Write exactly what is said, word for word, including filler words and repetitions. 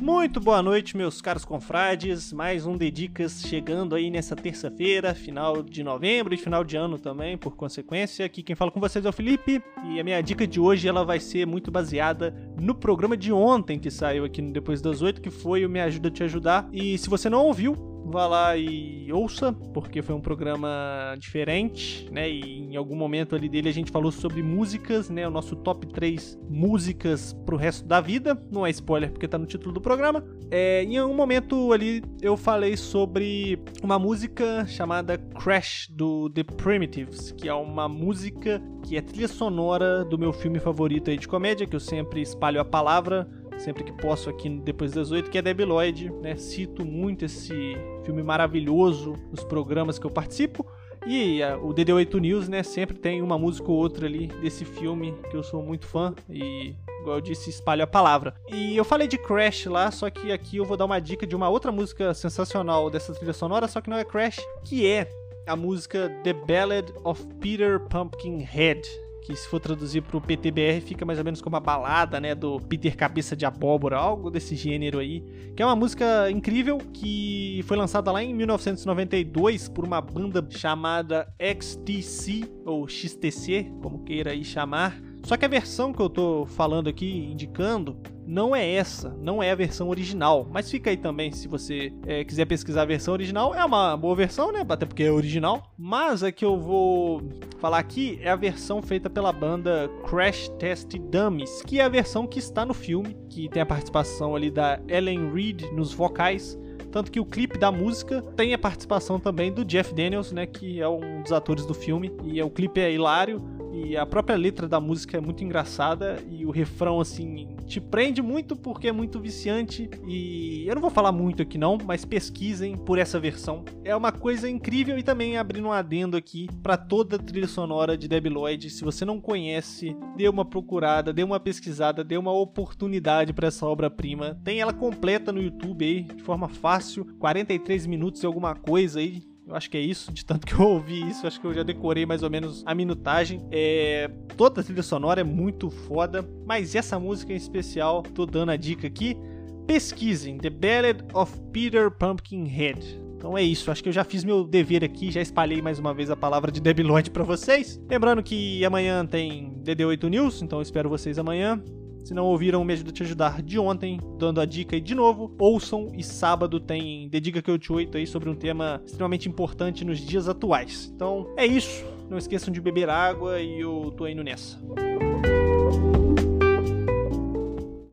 Muito boa noite, meus caros confrades, mais um Dedicas chegando aí nessa terça-feira, final de novembro e final de ano também, por consequência. Aqui quem fala com vocês é o Felipe, e a minha dica de hoje ela vai ser muito baseada no programa de ontem que saiu aqui no Depois das Oito, que foi o Me Ajuda a Te Ajudar, e se você não ouviu, vá lá e ouça, porque foi um programa diferente, né, e em algum momento ali dele a gente falou sobre músicas, né, o nosso top três músicas pro resto da vida, não é spoiler porque tá no título do programa. É, em um momento ali eu falei sobre uma música chamada Crash, do The Primitives, que é uma música que é trilha sonora do meu filme favorito aí de comédia, que eu sempre espalho a palavra, sempre que posso aqui no Depois das Oito, que é Debi Lloyd, né? Cito muito esse filme maravilhoso nos programas que eu participo. E uh, o D D oito News, né? Sempre tem uma música ou outra ali desse filme que eu sou muito fã e, igual eu disse, espalho a palavra. E eu falei de Crash lá, só que aqui eu vou dar uma dica de uma outra música sensacional dessa trilha sonora, só que não é Crash, que é a música The Ballad of Peter Pumpkinhead, que se for traduzir pro P T B R fica mais ou menos como a balada, né, do Peter Cabeça de Abóbora, algo desse gênero aí, que é uma música incrível que foi lançada lá em mil novecentos e noventa e dois por uma banda chamada X T C, ou X T C, como queira aí chamar. Só que a versão que eu tô falando aqui, indicando, não é essa, não é a versão original, mas fica aí também, se você é, quiser pesquisar a versão original, é uma boa versão, né, até porque é original, mas a que eu vou falar aqui é a versão feita pela banda Crash Test Dummies, que é a versão que está no filme, que tem a participação ali da Ellen Reed nos vocais, tanto que o clipe da música tem a participação também do Jeff Daniels, né, que é um dos atores do filme, e o clipe é hilário, e a própria letra da música é muito engraçada, e o refrão, assim, te prende muito porque é muito viciante, e eu não vou falar muito aqui não, mas pesquisem por essa versão. É uma coisa incrível, e também abrindo um adendo aqui para toda a trilha sonora de Debi Lloyd. Se você não conhece, dê uma procurada, dê uma pesquisada, dê uma oportunidade para essa obra-prima. Tem ela completa no YouTube aí, de forma fácil, quarenta e três minutos e alguma coisa aí. Eu acho que é isso, de tanto que eu ouvi isso, acho que eu já decorei mais ou menos a minutagem. É, toda a trilha sonora é muito foda, mas essa música em especial, tô dando a dica aqui, pesquisem The Ballad of Peter Pumpkinhead. Então é isso, acho que eu já fiz meu dever aqui, já espalhei mais uma vez a palavra de Debi Lloyd pra vocês. Lembrando que amanhã tem D D oito News, então eu espero vocês amanhã. Se não ouviram, Me Ajuda a Te Ajudar de ontem, dando a dica aí de novo, ouçam, e sábado tem Dedica que eu te oito aí sobre um tema extremamente importante nos dias atuais. Então é isso, não esqueçam de beber água e eu tô indo nessa.